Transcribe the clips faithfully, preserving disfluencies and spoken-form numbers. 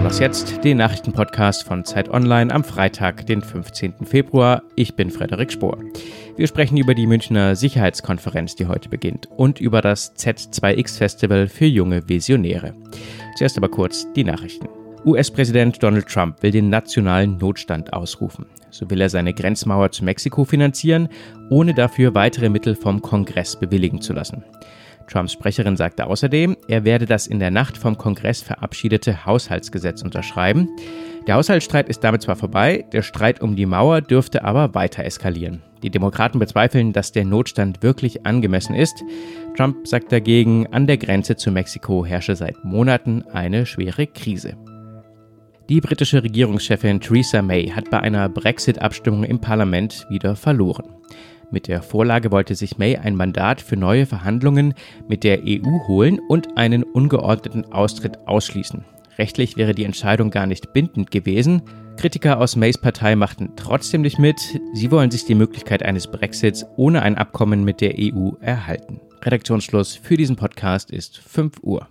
Was jetzt? Den Nachrichtenpodcast von Zeit Online am Freitag, den fünfzehnten Februar. Ich bin Frederik Spohr. Wir sprechen über die Münchner Sicherheitskonferenz, die heute beginnt, und über das Z zwei X Festival für junge Visionäre. Zuerst aber kurz die Nachrichten. U S-Präsident Donald Trump will den nationalen Notstand ausrufen. So will er seine Grenzmauer zu Mexiko finanzieren, ohne dafür weitere Mittel vom Kongress bewilligen zu lassen. Trumps Sprecherin sagte außerdem, er werde das in der Nacht vom Kongress verabschiedete Haushaltsgesetz unterschreiben. Der Haushaltsstreit ist damit zwar vorbei, der Streit um die Mauer dürfte aber weiter eskalieren. Die Demokraten bezweifeln, dass der Notstand wirklich angemessen ist. Trump sagt dagegen, an der Grenze zu Mexiko herrsche seit Monaten eine schwere Krise. Die britische Regierungschefin Theresa May hat bei einer Brexit-Abstimmung im Parlament wieder verloren. Mit der Vorlage wollte sich May ein Mandat für neue Verhandlungen mit der E U holen und einen ungeordneten Austritt ausschließen. Rechtlich wäre die Entscheidung gar nicht bindend gewesen. Kritiker aus Mays Partei machten trotzdem nicht mit. Sie wollen sich die Möglichkeit eines Brexits ohne ein Abkommen mit der E U erhalten. Redaktionsschluss für diesen Podcast ist fünf Uhr.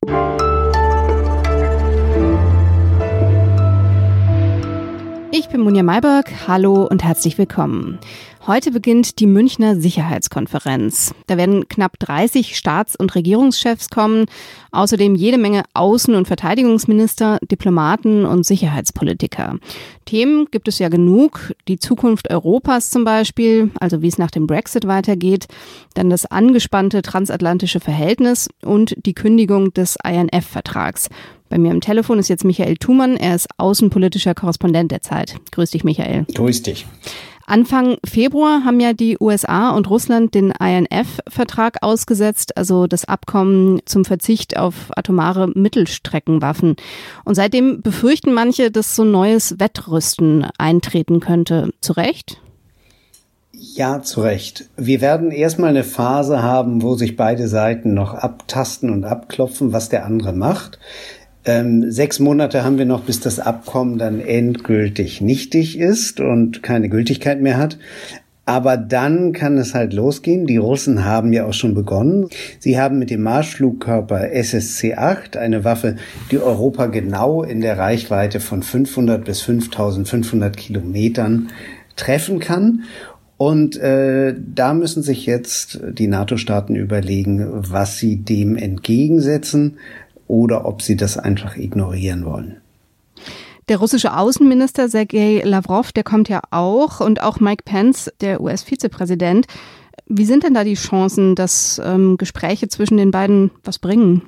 Ich bin Munja Mayberg, hallo und herzlich willkommen. Heute beginnt die Münchner Sicherheitskonferenz. Da werden knapp dreißig Staats- und Regierungschefs kommen, außerdem jede Menge Außen- und Verteidigungsminister, Diplomaten und Sicherheitspolitiker. Themen gibt es ja genug, die Zukunft Europas zum Beispiel, also wie es nach dem Brexit weitergeht, dann das angespannte transatlantische Verhältnis und die Kündigung des I N F-Vertrags. Bei mir am Telefon ist jetzt Michael Thumann, er ist außenpolitischer Korrespondent der Zeit. Grüß dich, Michael. Grüß dich. Anfang Februar haben ja die U S A und Russland den I N F-Vertrag ausgesetzt, also das Abkommen zum Verzicht auf atomare Mittelstreckenwaffen. Und seitdem befürchten manche, dass so ein neues Wettrüsten eintreten könnte. Zu Recht? Ja, zu Recht. Wir werden erstmal eine Phase haben, wo sich beide Seiten noch abtasten und abklopfen, was der andere macht. Ähm, sechs Monate haben wir noch, bis das Abkommen dann endgültig nichtig ist und keine Gültigkeit mehr hat. Aber dann kann es halt losgehen. Die Russen haben ja auch schon begonnen. Sie haben mit dem Marschflugkörper S S C acht eine Waffe, die Europa genau in der Reichweite von fünfhundert bis fünftausendfünfhundert Kilometern treffen kann. Und äh, da müssen sich jetzt die NATO-Staaten überlegen, was sie dem entgegensetzen oder ob sie das einfach ignorieren wollen. Der russische Außenminister Sergei Lavrov, der kommt ja auch, und auch Mike Pence, der U S-Vizepräsident. Wie sind denn da die Chancen, dass ähm, Gespräche zwischen den beiden was bringen?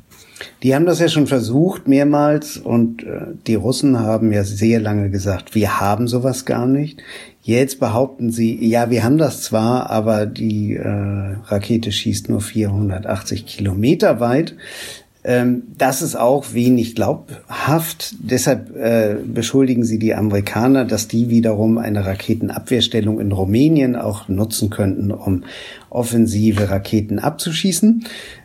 Die haben das ja schon versucht mehrmals und äh, die Russen haben ja sehr lange gesagt, wir haben sowas gar nicht. Jetzt behaupten sie, ja, wir haben das zwar, aber die äh, Rakete schießt nur vierhundertachtzig Kilometer weit. Ähm, das ist auch wenig glaubhaft. Deshalb äh, beschuldigen sie die Amerikaner, dass die wiederum eine Raketenabwehrstellung in Rumänien auch nutzen könnten, um offensive Raketen abzuschießen.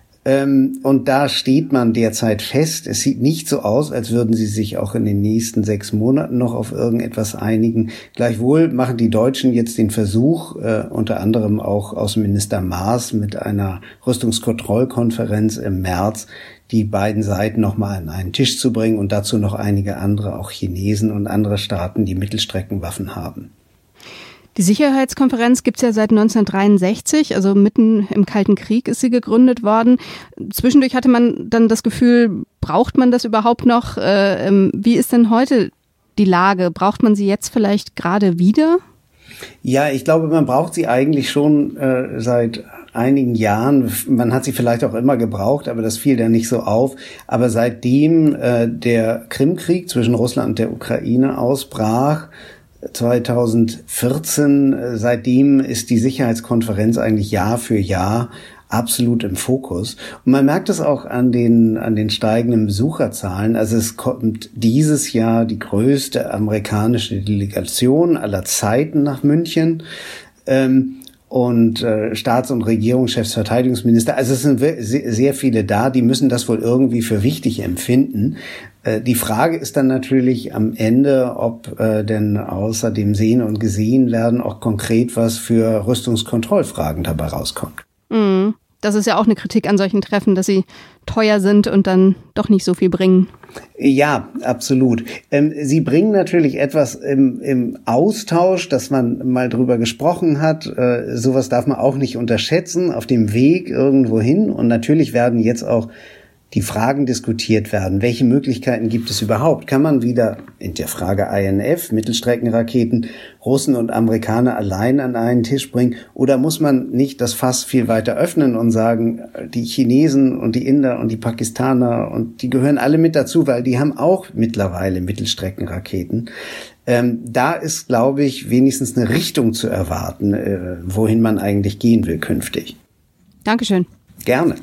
Ähm, und da steht man derzeit fest. Es sieht nicht so aus, als würden sie sich auch in den nächsten sechs Monaten noch auf irgendetwas einigen. Gleichwohl machen die Deutschen jetzt den Versuch, äh, unter anderem auch Außenminister Maas mit einer Rüstungskontrollkonferenz im März, die beiden Seiten nochmal an einen Tisch zu bringen und dazu noch einige andere, auch Chinesen und andere Staaten, die Mittelstreckenwaffen haben. Die Sicherheitskonferenz gibt's ja seit neunzehnhundertdreiundsechzig, also mitten im Kalten Krieg ist sie gegründet worden. Zwischendurch hatte man dann das Gefühl, braucht man das überhaupt noch? Äh, wie ist denn heute die Lage? Braucht man sie jetzt vielleicht gerade wieder? Ja, ich glaube, man braucht sie eigentlich schon äh, seit einigen Jahren. Man hat sie vielleicht auch immer gebraucht, aber das fiel dann nicht so auf. Aber seitdem äh, der Krimkrieg zwischen Russland und der Ukraine ausbrach, zweitausendvierzehn, seitdem ist die Sicherheitskonferenz eigentlich Jahr für Jahr absolut im Fokus. Und man merkt es auch an den, an den steigenden Besucherzahlen. Also es kommt dieses Jahr die größte amerikanische Delegation aller Zeiten nach München. Ähm, und äh, Staats- und Regierungschefs, Verteidigungsminister. Also es sind sehr, sehr viele da, die müssen das wohl irgendwie für wichtig empfinden. Äh, die Frage ist dann natürlich am Ende, ob äh, denn außer dem Sehen und Gesehen werden auch konkret was für Rüstungskontrollfragen dabei rauskommt. Mhm. Das ist ja auch eine Kritik an solchen Treffen, dass sie teuer sind und dann doch nicht so viel bringen. Ja, absolut. Ähm, sie bringen natürlich etwas im, im Austausch, dass man mal drüber gesprochen hat. Äh, sowas darf man auch nicht unterschätzen auf dem Weg irgendwo hin. Und natürlich werden jetzt auch die Fragen diskutiert werden. Welche Möglichkeiten gibt es überhaupt? Kann man wieder in der Frage I N F, Mittelstreckenraketen, Russen und Amerikaner allein an einen Tisch bringen? Oder muss man nicht das Fass viel weiter öffnen und sagen, die Chinesen und die Inder und die Pakistaner und die gehören alle mit dazu, weil die haben auch mittlerweile Mittelstreckenraketen. Ähm, da ist, glaube ich, wenigstens eine Richtung zu erwarten, äh, wohin man eigentlich gehen will künftig. Dankeschön. Gerne.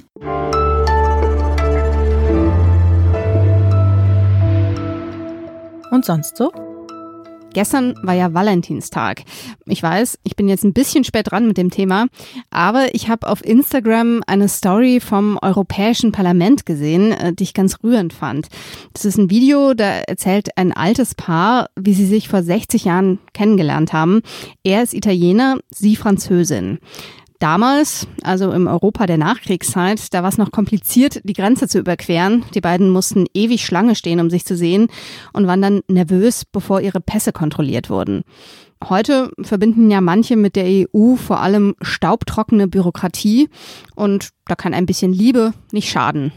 Und sonst so? Gestern war ja Valentinstag. Ich weiß, ich bin jetzt ein bisschen spät dran mit dem Thema, aber ich habe auf Instagram eine Story vom Europäischen Parlament gesehen, die ich ganz rührend fand. Das ist ein Video, da erzählt ein altes Paar, wie sie sich vor sechzig Jahren kennengelernt haben. Er ist Italiener, sie Französin. Damals, also im Europa der Nachkriegszeit, da war es noch kompliziert, die Grenze zu überqueren. Die beiden mussten ewig Schlange stehen, um sich zu sehen und waren dann nervös, bevor ihre Pässe kontrolliert wurden. Heute verbinden ja manche mit der E U vor allem staubtrockene Bürokratie und da kann ein bisschen Liebe nicht schaden.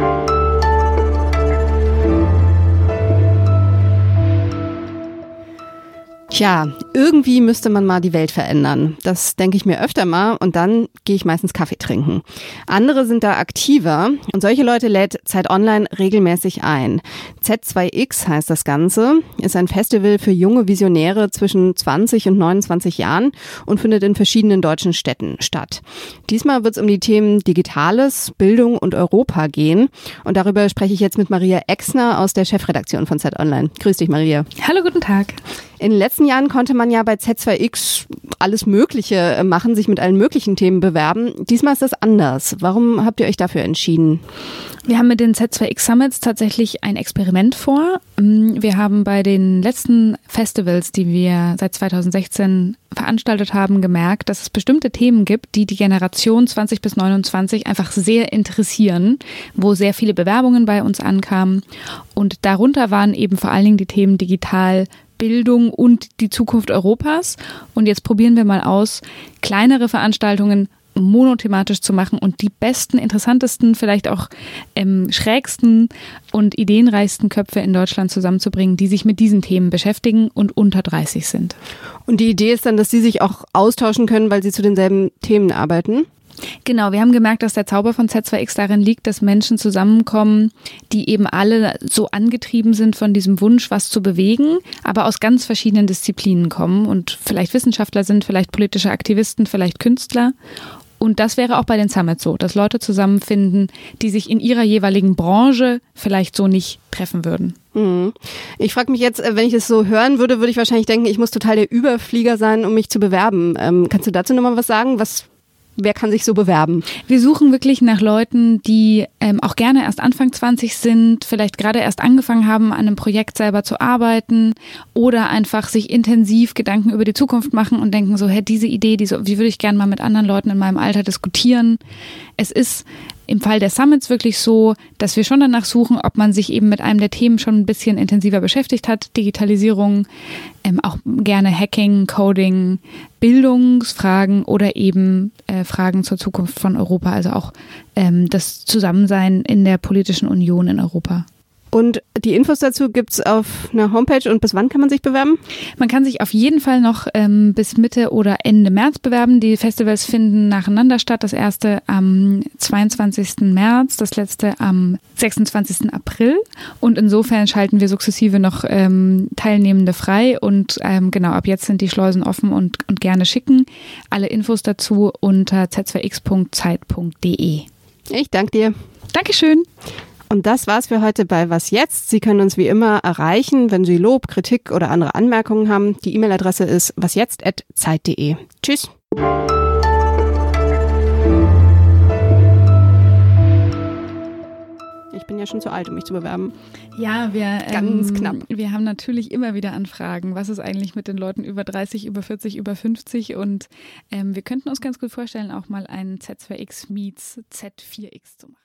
Tja, irgendwie müsste man mal die Welt verändern. Das denke ich mir öfter mal und dann gehe ich meistens Kaffee trinken. Andere sind da aktiver und solche Leute lädt Zeit Online regelmäßig ein. Z zwei X heißt das Ganze, ist ein Festival für junge Visionäre zwischen zwanzig und neunundzwanzig Jahren und findet in verschiedenen deutschen Städten statt. Diesmal wird es um die Themen Digitales, Bildung und Europa gehen und darüber spreche ich jetzt mit Maria Exner aus der Chefredaktion von Zeit Online. Grüß dich, Maria. Hallo, guten Tag. In den letzten Jahren konnte man ja bei Z zwei X alles Mögliche machen, sich mit allen möglichen Themen bewerben. Diesmal ist das anders. Warum habt ihr euch dafür entschieden? Wir haben mit den Z zwei X Summits tatsächlich ein Experiment vor. Wir haben bei den letzten Festivals, die wir seit zweitausendsechzehn veranstaltet haben, gemerkt, dass es bestimmte Themen gibt, die die Generation zwanzig bis neunundzwanzig einfach sehr interessieren, wo sehr viele Bewerbungen bei uns ankamen. Und darunter waren eben vor allen Dingen die Themen digital, Bildung und die Zukunft Europas. Und jetzt probieren wir mal aus, kleinere Veranstaltungen monothematisch zu machen und die besten, interessantesten, vielleicht auch ähm, schrägsten und ideenreichsten Köpfe in Deutschland zusammenzubringen, die sich mit diesen Themen beschäftigen und unter dreißig sind. Und die Idee ist dann, dass sie sich auch austauschen können, weil sie zu denselben Themen arbeiten? Genau, wir haben gemerkt, dass der Zauber von Z zwei X darin liegt, dass Menschen zusammenkommen, die eben alle so angetrieben sind von diesem Wunsch, was zu bewegen, aber aus ganz verschiedenen Disziplinen kommen und vielleicht Wissenschaftler sind, vielleicht politische Aktivisten, vielleicht Künstler. Und das wäre auch bei den Summits so, dass Leute zusammenfinden, die sich in ihrer jeweiligen Branche vielleicht so nicht treffen würden. Ich frage mich jetzt, wenn ich das so hören würde, würde ich wahrscheinlich denken, ich muss total der Überflieger sein, um mich zu bewerben. Ähm, kannst du dazu nochmal was sagen? Was Wer kann sich so bewerben? Wir suchen wirklich nach Leuten, die ähm, auch gerne erst Anfang zwanzig sind, vielleicht gerade erst angefangen haben, an einem Projekt selber zu arbeiten oder einfach sich intensiv Gedanken über die Zukunft machen und denken so, hey, diese Idee, die, so, die würde ich gerne mal mit anderen Leuten in meinem Alter diskutieren. Es ist im Fall der Summits wirklich so, dass wir schon danach suchen, ob man sich eben mit einem der Themen schon ein bisschen intensiver beschäftigt hat. Digitalisierung, ähm, auch gerne Hacking, Coding, Bildungsfragen oder eben äh, Fragen zur Zukunft von Europa, also auch ähm, das Zusammensein in der politischen Union in Europa. Und die Infos dazu gibt's auf einer Homepage und bis wann kann man sich bewerben? Man kann sich auf jeden Fall noch ähm, bis Mitte oder Ende März bewerben. Die Festivals finden nacheinander statt. Das erste am zweiundzwanzigsten März, das letzte am sechsundzwanzigsten April. Und insofern schalten wir sukzessive noch ähm, Teilnehmende frei. Und ähm, genau, ab jetzt sind die Schleusen offen und, und gerne schicken. Alle Infos dazu unter z zwei x punkt zeit punkt de. Ich danke dir. Dankeschön. Und das war's für heute bei Was Jetzt? Sie können uns wie immer erreichen, wenn Sie Lob, Kritik oder andere Anmerkungen haben. Die E-Mail-Adresse ist wasjetzt at zeit punkt de. Tschüss. Ich bin ja ja schon zu alt, um mich zu bewerben. Ja, wir, Ganz ähm, knapp. wir haben natürlich immer wieder Anfragen. Was ist eigentlich mit den Leuten über dreißig, über vierzig, über fünfzig? Und ähm, wir könnten uns ganz gut vorstellen, auch mal einen Z zwei X meets Z vier X zu machen.